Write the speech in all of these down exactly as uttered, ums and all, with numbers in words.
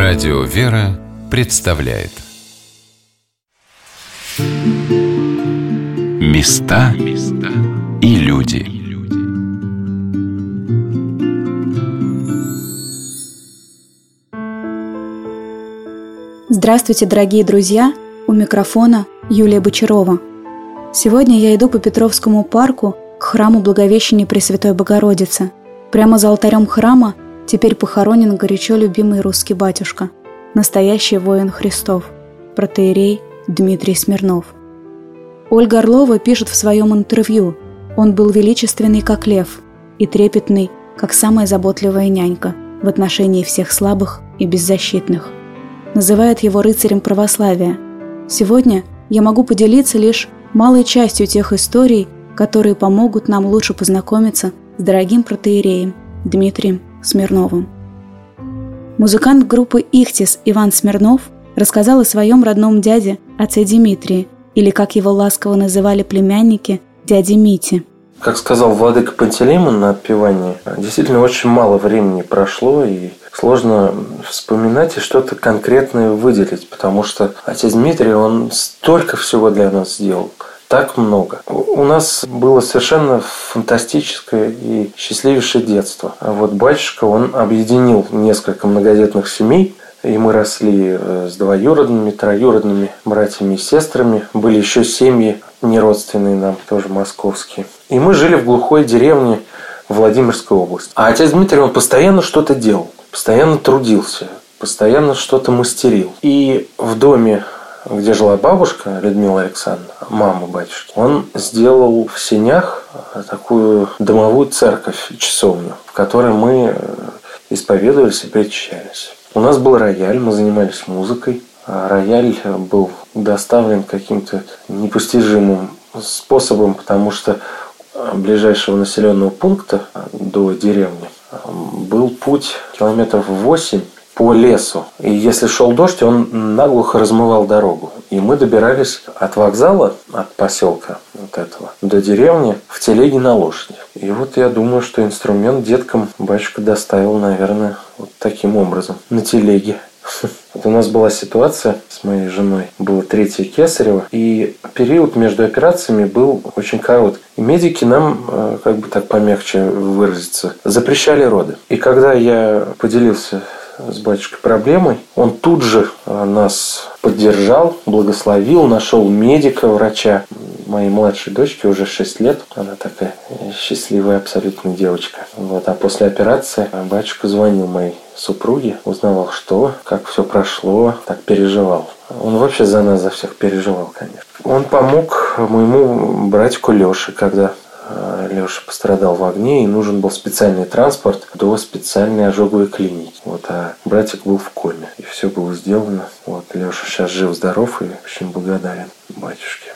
Радио «Вера» представляет Места и люди. Здравствуйте, дорогие друзья! У микрофона Юлия Бочарова. Сегодня я иду по Петровскому парку к храму Благовещения Пресвятой Богородицы. Прямо за алтарем храма теперь похоронен горячо любимый русский батюшка, настоящий воин Христов, протоиерей Дмитрий Смирнов. Ольга Орлова пишет в своем интервью: он был величественный, как лев, и трепетный, как самая заботливая нянька в отношении всех слабых и беззащитных. Называет его рыцарем православия. Сегодня я могу поделиться лишь малой частью тех историй, которые помогут нам лучше познакомиться с дорогим протоиереем Дмитрием Смирновым. Музыкант группы «Ихтис» Иван Смирнов рассказал о своем родном дяде, отце Дмитрии, или, как его ласково называли племянники, дяде Мите. Как сказал владыка Пантелеймон на отпевании, действительно очень мало времени прошло, и сложно вспоминать и что-то конкретное выделить, потому что отец Дмитрий, он столько всего для нас сделал. Так много. У нас было совершенно фантастическое и счастливейшее детство. А вот батюшка, он объединил несколько многодетных семей, и мы росли с двоюродными, троюродными братьями и сестрами. Были еще семьи неродственные нам, тоже московские. И мы жили в глухой деревне Владимирской области. А отец Дмитрий, он постоянно что-то делал, постоянно трудился, постоянно что-то мастерил. И в доме, где жила бабушка Людмила Александровна, мама батюшки, он сделал в сенях такую домовую церковь, часовню, в которой мы исповедовались и причащались. У нас был рояль, мы занимались музыкой. А рояль был доставлен каким-то непостижимым способом, потому что ближайшего населенного пункта до деревни был путь километров восемь по лесу. И если шел дождь, он наглухо размывал дорогу. И мы добирались от вокзала, от поселка вот этого, до деревни в телеге на лошади. И вот я думаю, что инструмент деткам батюшка доставил, наверное, вот таким образом, на телеге. Вот у нас была ситуация с моей женой, было третье кесарево, и период между операциями был очень короткий. И медики нам, как бы так помягче выразиться, запрещали роды. И когда я поделился с батюшкой проблемой, он тут же нас поддержал, благословил, нашел медика, врача. Моей младшей дочке уже шесть лет, она такая счастливая абсолютно девочка. Вот. А после операции батюшка звонил моей супруге, узнавал, что, как все прошло, так переживал. Он вообще за нас, за всех переживал, конечно. Он помог моему братику Леше, когда Леша пострадал в огне, и нужен был специальный транспорт до специальной ожоговой клиники. Вот, а братик был в коме, и все было сделано. Вот, Леша сейчас жив-здоров и очень благодарен батюшке.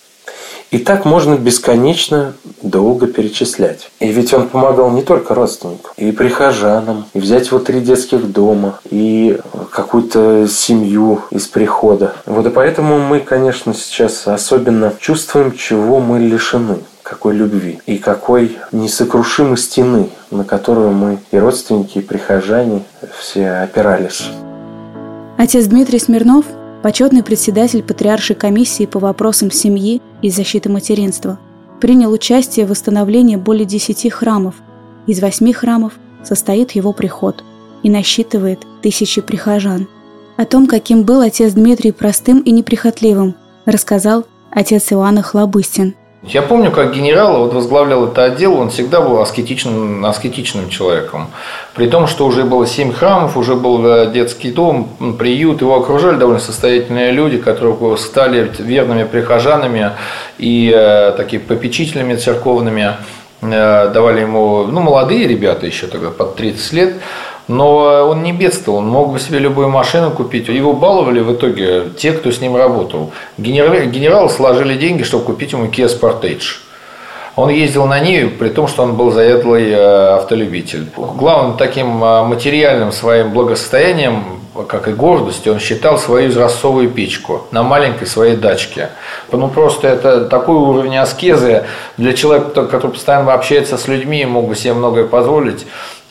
И так можно бесконечно долго перечислять. И ведь он помогал не только родственникам, и прихожанам, и взять вот три детских дома, и какую-то семью из прихода. Вот и поэтому мы, конечно, сейчас особенно чувствуем, чего мы лишены. Какой любви и какой несокрушимой стены, на которую мы и родственники, и прихожане все опирались. Отец Дмитрий Смирнов – почетный председатель Патриаршей комиссии по вопросам семьи и защиты материнства. Принял участие в восстановлении более десяти храмов. Из восьми храмов состоит его приход и насчитывает тысячи прихожан. О том, каким был отец Дмитрий простым и неприхотливым, рассказал отец Иоанн Охлобыстин. Я помню, как генерал вот возглавлял этот отдел, он всегда был аскетичным, аскетичным человеком. При том, что уже было семь храмов, уже был детский дом, приют, его окружали довольно состоятельные люди, которые стали верными прихожанами и э, такими попечителями церковными. Э, давали ему, ну, молодые ребята еще тогда, под тридцать лет. Но он не бедствовал, он мог бы себе любую машину купить. Его баловали в итоге те, кто с ним работал. Генералы, генералы сложили деньги, чтобы купить ему Kia Sportage. Он ездил на ней, при том, что он был заядлый автолюбитель. Главным таким материальным своим благосостоянием, как и гордостью, он считал свою изразцовую печку на маленькой своей дачке. Ну, просто это такой уровень аскезы для человека, который постоянно общается с людьми, мог бы себе многое позволить.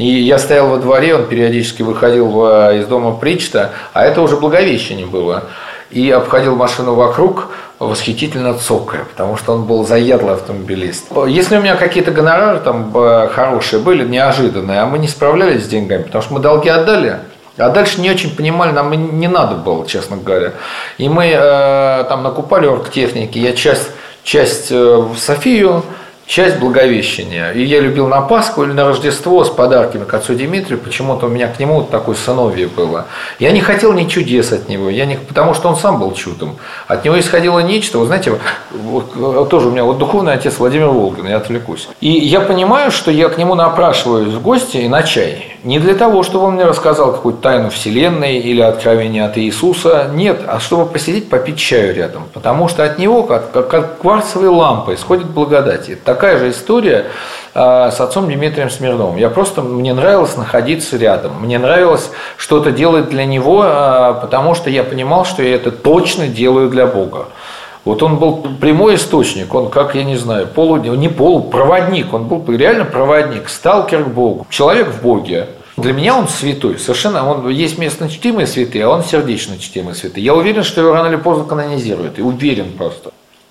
И я стоял во дворе, он периодически выходил из дома причта, а это уже Благовещение было. И обходил машину вокруг, восхитительно цокая, потому что он был заядлый автомобилист. Если у меня какие-то гонорары там хорошие были, неожиданные, а мы не справлялись с деньгами, потому что мы долги отдали, а дальше не очень понимали, нам не надо было, честно говоря. И мы э, там накупали оргтехники, я часть, часть в Софию, часть Благовещения. И я любил на Пасху или на Рождество с подарками к отцу Дмитрию. Почему-то у меня к нему такое сыновье было. Я не хотел ни чудес от него, я не, потому что он сам был чудом. От него исходило нечто. Вы знаете, вот, тоже у меня вот духовный отец Владимир Волгин, я отвлекусь. И я понимаю, что я к нему напрашиваюсь в гости и на чай. Не для того, чтобы он мне рассказал какую-то тайну Вселенной или откровение от Иисуса. Нет, а чтобы посидеть, попить чаю рядом. Потому что от него, как, как, как кварцевой лампой, исходит благодать. Такая же история э, с отцом Дмитрием Смирновым. Я просто, мне нравилось находиться рядом. Мне нравилось что-то делать для него, э, потому что я понимал, что я это точно делаю для Бога. Вот он был прямой источник, он, как, я не знаю, полу, не полупроводник, он был реально проводник, сталкер к Богу, человек в Боге. Для меня он святой, совершенно, он есть местно чтимые святые, а он сердечно чтимый святый. Я уверен, что его рано или поздно канонизируют, и уверен просто.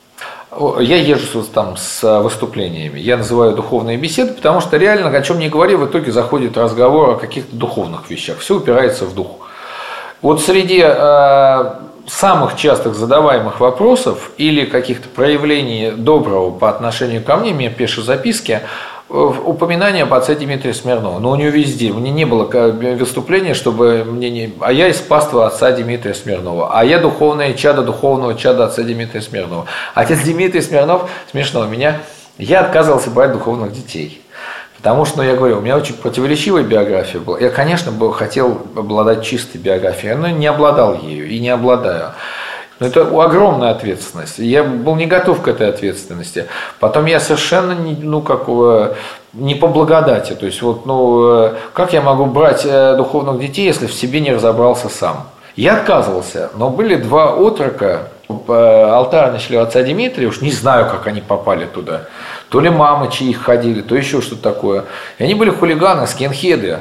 Я езжу там с выступлениями, я называю духовные беседы, потому что реально, о чем ни говори, в итоге заходит разговор о каких-то духовных вещах, все упирается в дух. Вот среди э, самых частых задаваемых вопросов или каких-то проявлений доброго по отношению ко мне, мне пишут записки, упоминание об отце Дмитрия Смирнова. Но у него везде. У меня не было выступления, чтобы мне не... А я из паства отца Дмитрия Смирнова. А я духовное чадо духовного чада отца Дмитрия Смирнова. Отец Дмитрий Смирнов, смешно, у меня... Я отказывался брать духовных детей. Потому что, ну, я говорю, у меня очень противоречивая биография была. Я, конечно, был, хотел обладать чистой биографией, но не обладал ею и не обладаю. Но это огромная ответственность. Я был не готов к этой ответственности. Потом я совершенно не, ну, как, не по благодати. То есть, вот, ну, как я могу брать духовных детей, если в себе не разобрался сам? Я отказывался, но были два отрока, алтарничали у отца Дмитрия, уж не знаю, как они попали туда. То ли мамы чьих ходили, то еще что-то такое. И они были хулиганы, скинхеды.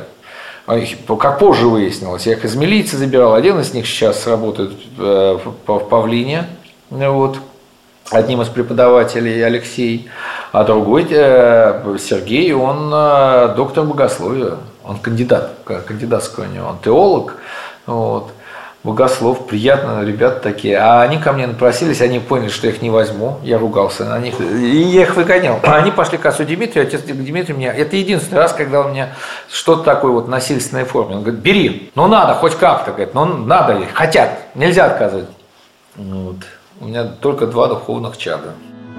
Как позже выяснилось, я их из милиции забирал. Один из них сейчас работает в Павлине, вот, одним из преподавателей Алексей, а другой Сергей, он доктор богословия, он кандидат, кандидатского у него, он теолог, вот. Богослов, приятно, ребята такие. А они ко мне напросились, они поняли, что я их не возьму. Я ругался на них, и я их выгонял. Они пошли к отцу Дмитрию, отец Дмитрий меня... Это единственный раз, когда у меня что-то такое вот насильственной форме. Он говорит, бери, ну надо, хоть как-то, говорит, ну надо, хотят, нельзя отказывать. Вот. У меня только два духовных чада.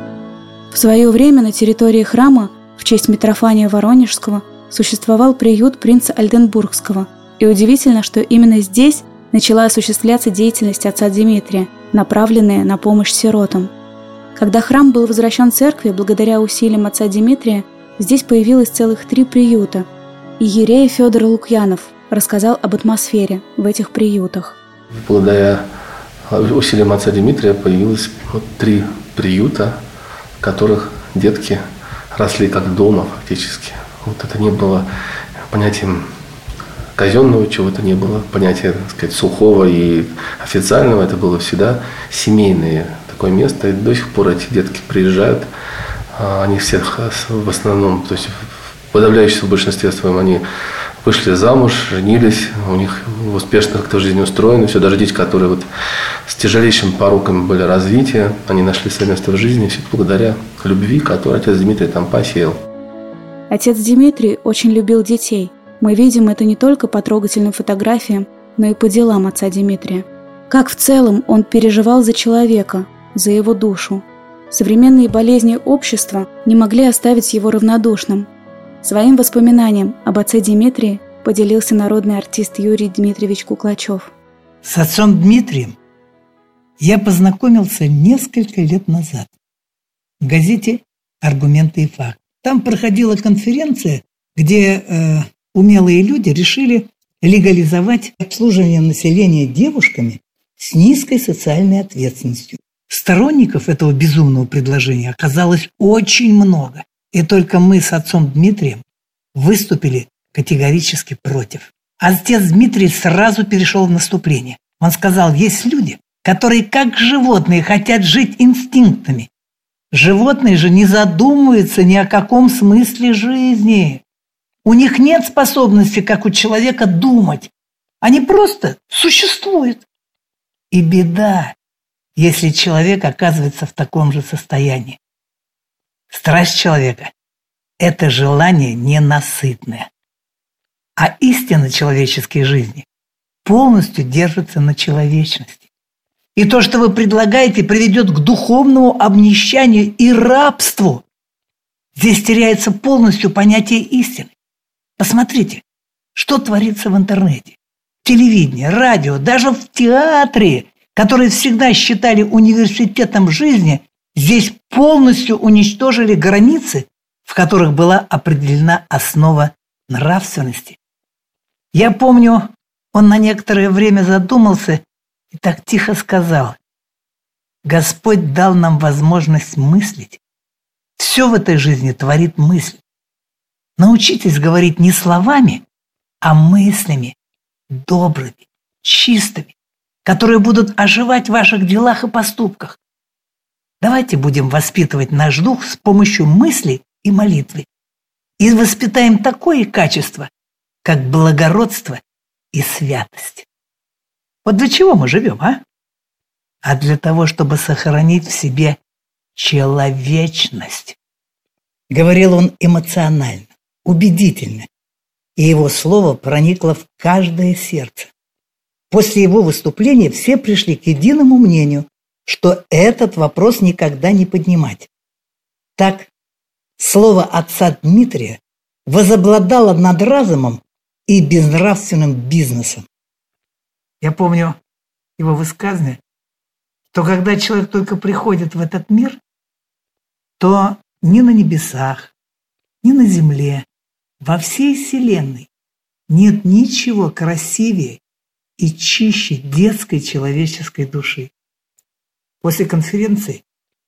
В свое время на территории храма в честь Митрофания Воронежского существовал приют принца Ольденбургского. И удивительно, что именно здесь начала осуществляться деятельность отца Дмитрия, направленная на помощь сиротам. Когда храм был возвращен церкви, благодаря усилиям отца Дмитрия, здесь появилось целых три приюта. Иерей Федор Лукьянов рассказал об атмосфере в этих приютах. Благодаря усилиям отца Дмитрия появилось вот три приюта, в которых детки росли как дома фактически. Вот это не было понятием казенного чего-то, не было понятия, так сказать, сухого и официального. Это было всегда семейное такое место. И до сих пор эти детки приезжают. Они все в основном, то есть в подавляющем большинстве своем они вышли замуж, женились, у них успешно как-то жизнь устроена. Все, даже дети, которые вот с тяжелейшими пороками были развития, они нашли свое место в жизни, все благодаря любви, которую отец Дмитрий там посеял. Отец Дмитрий очень любил детей. Мы видим это не только по трогательным фотографиям, но и по делам отца Дмитрия. Как в целом он переживал за человека, за его душу. Современные болезни общества не могли оставить его равнодушным. Своим воспоминанием об отце Дмитрии поделился народный артист Юрий Дмитриевич Куклачев. С отцом Дмитрием я познакомился несколько лет назад в газете «Аргументы и факты». Там проходила конференция, где э, умелые люди решили легализовать обслуживание населения девушками с низкой социальной ответственностью. Сторонников этого безумного предложения оказалось очень много. И только мы с отцом Дмитрием выступили категорически против. Отец Дмитрий сразу перешел в наступление. Он сказал, есть люди, которые как животные хотят жить инстинктами. Животные же не задумываются ни о каком смысле жизни. У них нет способности, как у человека, думать. Они просто существуют. И беда, если человек оказывается в таком же состоянии. Страсть человека – это желание ненасытное. А истина человеческой жизни полностью держится на человечности. И то, что вы предлагаете, приведет к духовному обнищанию и рабству. Здесь теряется полностью понятие истины. Посмотрите, что творится в интернете, телевидении, радио, даже в театре, которые всегда считали университетом жизни, здесь полностью уничтожили границы, в которых была определена основа нравственности. Я помню, он на некоторое время задумался и так тихо сказал: Господь дал нам возможность мыслить. Все в этой жизни творит мысль. Научитесь говорить не словами, а мыслями, добрыми, чистыми, которые будут оживать в ваших делах и поступках. Давайте будем воспитывать наш дух с помощью мысли и молитвы. И воспитаем такое качество, как благородство и святость. Вот для чего мы живем, а? А для того, чтобы сохранить в себе человечность. Говорил он эмоционально, убедительно, и его слово проникло в каждое сердце. После его выступления все пришли к единому мнению, что этот вопрос никогда не поднимать. Так, слово отца Дмитрия возобладало над разумом и безнравственным бизнесом. Я помню его высказывание, что когда человек только приходит в этот мир, то ни на небесах, ни на земле, во всей вселенной нет ничего красивее и чище детской человеческой души. После конференции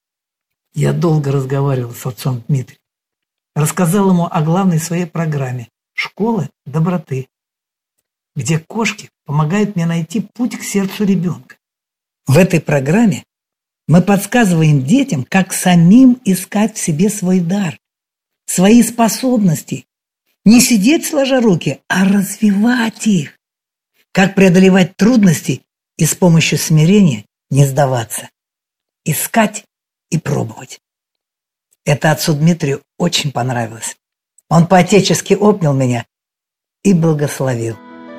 я долго разговаривал с отцом Дмитрием, рассказал ему о главной своей программе «Школа доброты», где кошки помогают мне найти путь к сердцу ребенка. В этой программе мы подсказываем детям, как самим искать в себе свой дар, свои способности, не сидеть сложа руки, а развивать их, как преодолевать трудности и с помощью смирения не сдаваться, искать и пробовать. Это отцу Дмитрию очень понравилось. Он по-отечески обнял меня и благословил.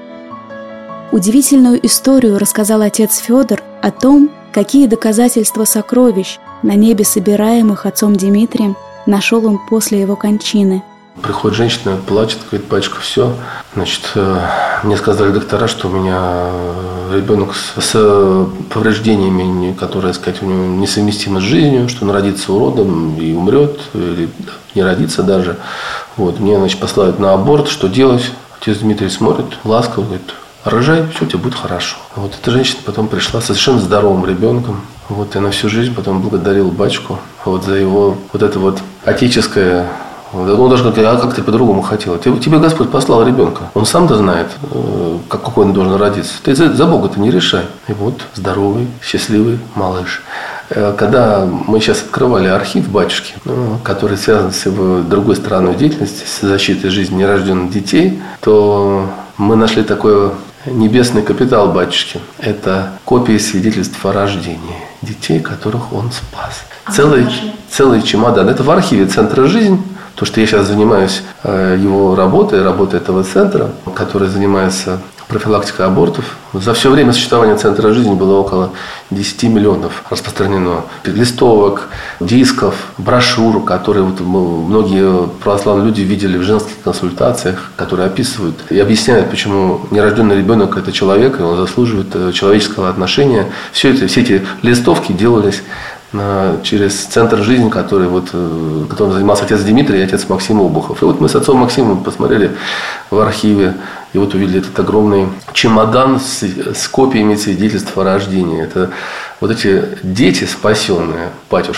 Удивительную историю рассказал отец Федор о том, какие доказательства сокровищ на небе, собираемых отцом Дмитрием, нашел он после его кончины. Приходит женщина, плачет, говорит: батюшка, все. Значит, мне сказали доктора, что у меня ребенок с, с повреждениями, которые, сказать, у него несовместимы с жизнью, что он родится уродом и умрет, или не родится даже. Вот, мне, значит, послали на аборт, что делать? Отец Дмитрий смотрит, ласково, говорит: рожай, все у тебя будет хорошо. Вот эта женщина потом пришла с совершенно здоровым ребенком. Вот, и на всю жизнь потом благодарила батюшку вот за его вот это вот отеческое. Он даже говорит: а как ты по-другому хотела? Тебе Господь послал ребенка. Он сам-то знает, какой он должен родиться. Ты за Бога-то не решай. И вот здоровый, счастливый малыш. Когда мы сейчас открывали архив батюшки, который связан с его другой стороной деятельности, с защитой жизни нерожденных детей, то мы нашли такой небесный капитал батюшки. Это копии свидетельств о рождении детей, которых он спас. Целый, целый чемодан. Это в архиве Центра «Жизнь». То, что я сейчас занимаюсь его работой, работой этого центра, который занимается профилактикой абортов. За все время существования Центра «Жизнь» было около десяти миллионов распространено листовок, дисков, брошюр, которые вот многие православные люди видели в женских консультациях, которые описывают и объясняют, почему нерожденный ребенок – это человек, и он заслуживает человеческого отношения. Все, это, все эти листовки делались через Центр «Жизнь», который вот, которым занимался отец Дмитрий и отец Максим Обухов. И вот мы с отцом Максимом посмотрели в архиве и вот увидели этот огромный чемодан с, с копиями свидетельств о рождении. Это вот эти дети, спасенные батюшкой,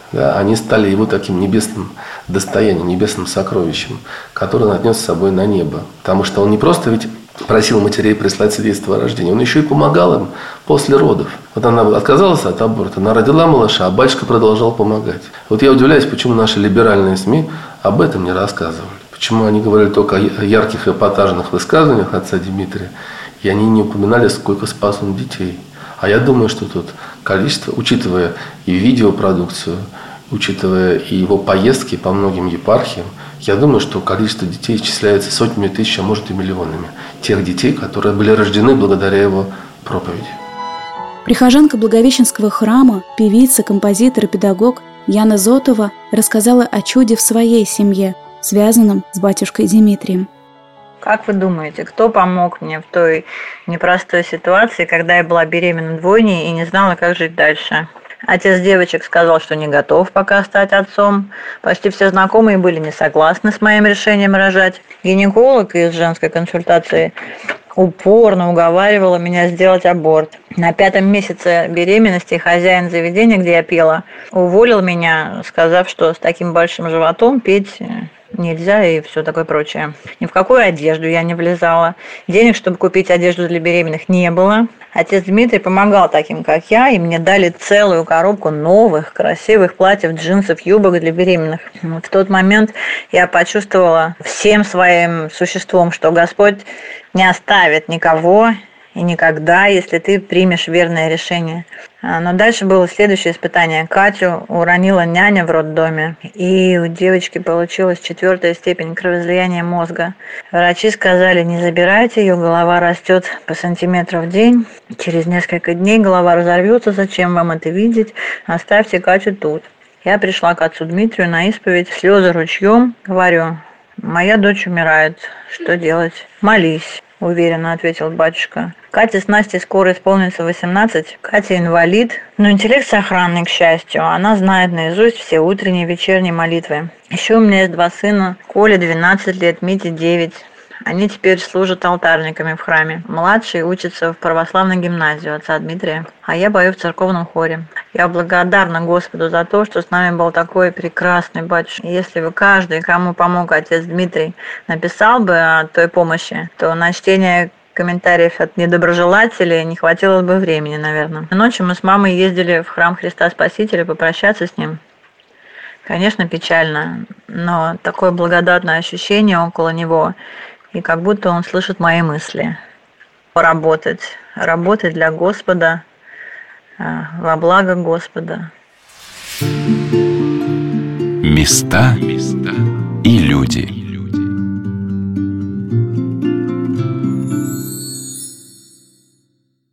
да, они стали его таким небесным достоянием, небесным сокровищем, которое он отнес с собой на небо. Потому что он не просто ведь просил матерей прислать свидетельство о рождении, он еще и помогал им после родов. Вот она отказалась от аборта, она родила малыша, а батюшка продолжал помогать. Вот я удивляюсь, почему наши либеральные СМИ об этом не рассказывали. Почему они говорили только о ярких эпатажных высказываниях отца Дмитрия, и они не упоминали, сколько спас он детей. А я думаю, что тут количество, учитывая и видеопродукцию, учитывая и его поездки по многим епархиям, я думаю, что количество детей исчисляется сотнями тысяч, а может и миллионами. Тех детей, которые были рождены благодаря его проповеди. Прихожанка Благовещенского храма, певица, композитор и педагог Яна Зотова рассказала о чуде в своей семье, связанном с батюшкой Дмитрием. Как вы думаете, кто помог мне в той непростой ситуации, когда я была беременна двойней и не знала, как жить дальше? Отец девочек сказал, что не готов пока стать отцом. Почти все знакомые были не согласны с моим решением рожать. Гинеколог из женской консультации упорно уговаривала меня сделать аборт. На пятом месяце беременности хозяин заведения, где я пела, уволил меня, сказав, что с таким большим животом петь нельзя и все такое прочее. Ни в какую одежду я не влезала. Денег, чтобы купить одежду для беременных, не было. Отец Дмитрий помогал таким, как я, и мне дали целую коробку новых, красивых платьев, джинсов, юбок для беременных. Вот в тот момент я почувствовала всем своим существом, что Господь не оставит никого и никогда, если ты примешь верное решение. Но дальше было следующее испытание. Катю уронила няня в роддоме, и у девочки получилась четвертая степень кровоизлияния мозга. Врачи сказали, не забирайте ее, голова растет по сантиметру в день. Через несколько дней голова разорвется, зачем вам это видеть? Оставьте Катю тут. Я пришла к отцу Дмитрию на исповедь, слезы ручьем. Говорю, моя дочь умирает, что делать? Молись. Уверенно ответил батюшка. Кате с Настей скоро исполнится восемнадцать. Катя инвалид, но интеллект сохранный, к счастью. Она знает наизусть все утренние и вечерние молитвы. Еще у меня есть два сына. Коле двенадцать лет, Мите девять. Они теперь служат алтарниками в храме. Младший учится в православной гимназии отца Дмитрия, а я пою в церковном хоре. Я благодарна Господу за то, что с нами был такой прекрасный батюшка. Если бы каждый, кому помог отец Дмитрий, написал бы о той помощи, то на чтение комментариев от недоброжелателей не хватило бы времени, наверное. Ночью мы с мамой ездили в храм Христа Спасителя попрощаться с ним. Конечно, печально, но такое благодатное ощущение около него, и как будто он слышит мои мысли. Работать, работать для Господа, во благо Господа. Места и люди.